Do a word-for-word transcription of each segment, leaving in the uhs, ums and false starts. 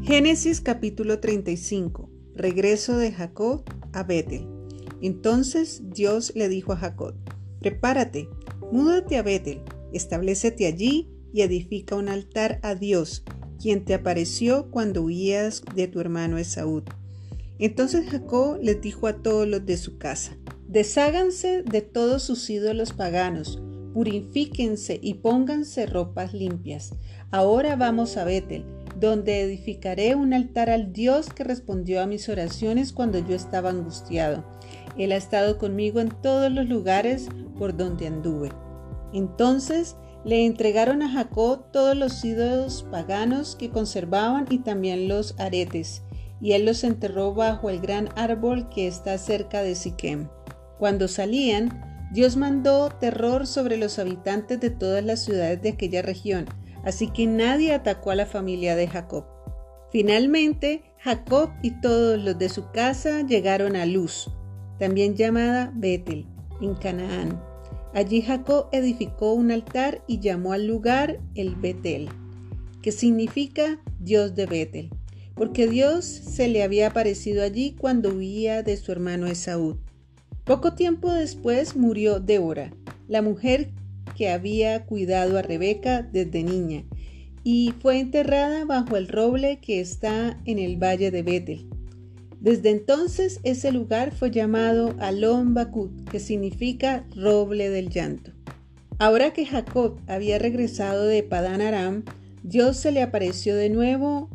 Génesis capítulo treinta y cinco. Regreso de Jacob a Betel. Entonces Dios le dijo a Jacob: prepárate, múdate a Betel, establécete allí y edifica un altar a Dios, quien te apareció cuando huías de tu hermano Esaú. Entonces Jacob les dijo a todos los de su casa: desháganse de todos sus ídolos paganos, purifíquense y pónganse ropas limpias. Ahora vamos a Betel, donde edificaré un altar al Dios que respondió a mis oraciones cuando yo estaba angustiado. Él ha estado conmigo en todos los lugares por donde anduve. Entonces le entregaron a Jacob todos los ídolos paganos que conservaban y también los aretes, y él los enterró bajo el gran árbol que está cerca de Siquem. Cuando salían, Dios mandó terror sobre los habitantes de todas las ciudades de aquella región, así que nadie atacó a la familia de Jacob. Finalmente, Jacob y todos los de su casa llegaron a Luz, también llamada Betel, en Canaán. Allí Jacob edificó un altar y llamó al lugar el Betel, que significa Dios de Betel, porque Dios se le había aparecido allí cuando huía de su hermano Esaú. Poco tiempo después murió Débora, la mujer que había cuidado a Rebeca desde niña, y fue enterrada bajo el roble que está en el valle de Betel. Desde entonces ese lugar fue llamado Alon Bakut, que significa roble del llanto. Ahora que Jacob había regresado de Padán Aram, Dios se le apareció de nuevo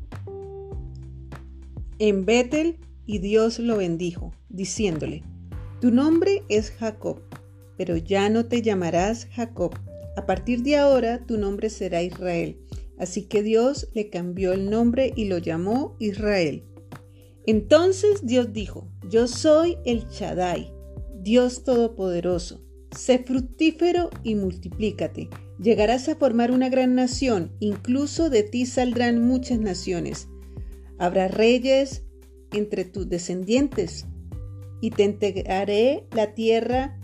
en Betel y Dios lo bendijo, diciéndole: tu nombre es Jacob, pero ya no te llamarás Jacob. A partir de ahora tu nombre será Israel. Así que Dios le cambió el nombre y lo llamó Israel. Entonces Dios dijo: yo soy el Shaddai, Dios Todopoderoso. Sé fructífero y multiplícate. Llegarás a formar una gran nación, incluso de ti saldrán muchas naciones. Habrá reyes entre tus descendientes, y te entregaré la tierra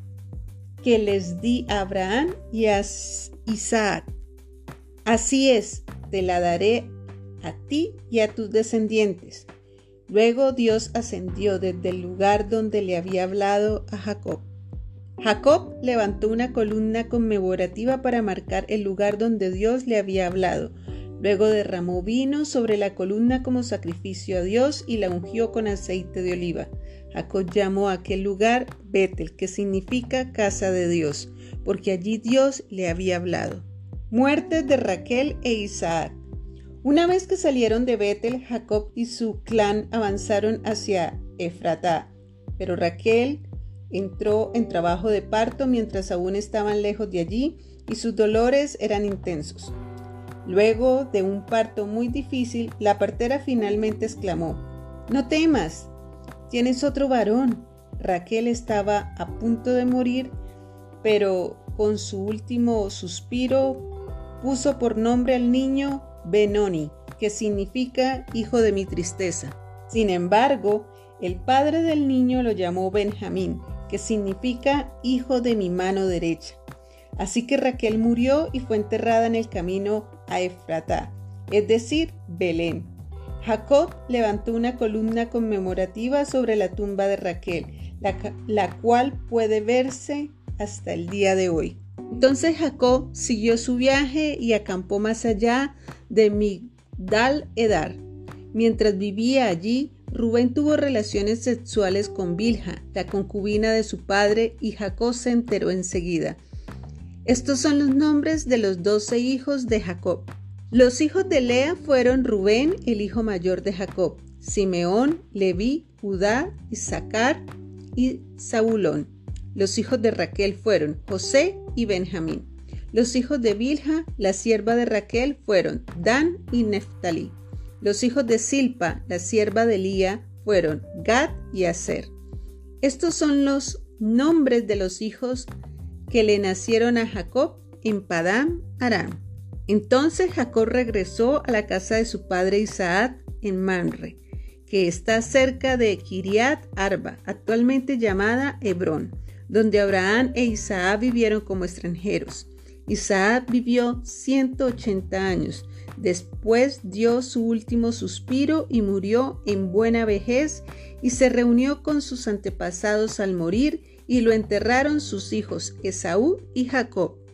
que les di a Abraham y a Isaac. Así es, te la daré a ti y a tus descendientes. Luego Dios ascendió desde el lugar donde le había hablado a Jacob. Jacob levantó una columna conmemorativa para marcar el lugar donde Dios le había hablado. Luego derramó vino sobre la columna como sacrificio a Dios y la ungió con aceite de oliva. Jacob llamó a aquel lugar Betel, que significa casa de Dios, porque allí Dios le había hablado. Muertes de Raquel e Isaac. Una vez que salieron de Betel, Jacob y su clan avanzaron hacia Efratá, pero Raquel entró en trabajo de parto mientras aún estaban lejos de allí y sus dolores eran intensos. Luego de un parto muy difícil, la partera finalmente exclamó: no temas, tienes otro varón. Raquel estaba a punto de morir, pero con su último suspiro puso por nombre al niño Benoni, que significa hijo de mi tristeza. Sin embargo, el padre del niño lo llamó Benjamín, que significa hijo de mi mano derecha. Así que Raquel murió y fue enterrada en el camino a Efratá, es decir, Belén. Jacob levantó una columna conmemorativa sobre la tumba de Raquel, la, la cual puede verse hasta el día de hoy. Entonces Jacob siguió su viaje y acampó más allá de Migdal Edar. Mientras vivía allí, Rubén tuvo relaciones sexuales con Bilha, la concubina de su padre, y Jacob se enteró enseguida. Estos son los nombres de los doce hijos de Jacob. Los hijos de Lea fueron Rubén, el hijo mayor de Jacob, Simeón, Leví, Judá, Isaacar y Zabulón. Los hijos de Raquel fueron José y Benjamín. Los hijos de Bilha, la sierva de Raquel, fueron Dan y Neftalí. Los hijos de Silpa, la sierva de Lía, fueron Gad y Aser. Estos son los nombres de los hijos que le nacieron a Jacob en Padán Aram. Entonces Jacob regresó a la casa de su padre Isaac en Mamre, que está cerca de Kiriat Arba, actualmente llamada Hebrón, donde Abraham e Isaac vivieron como extranjeros. Isaac vivió ciento ochenta años. Después dio su último suspiro y murió en buena vejez, y se reunió con sus antepasados al morir, y lo enterraron sus hijos Esaú y Jacob.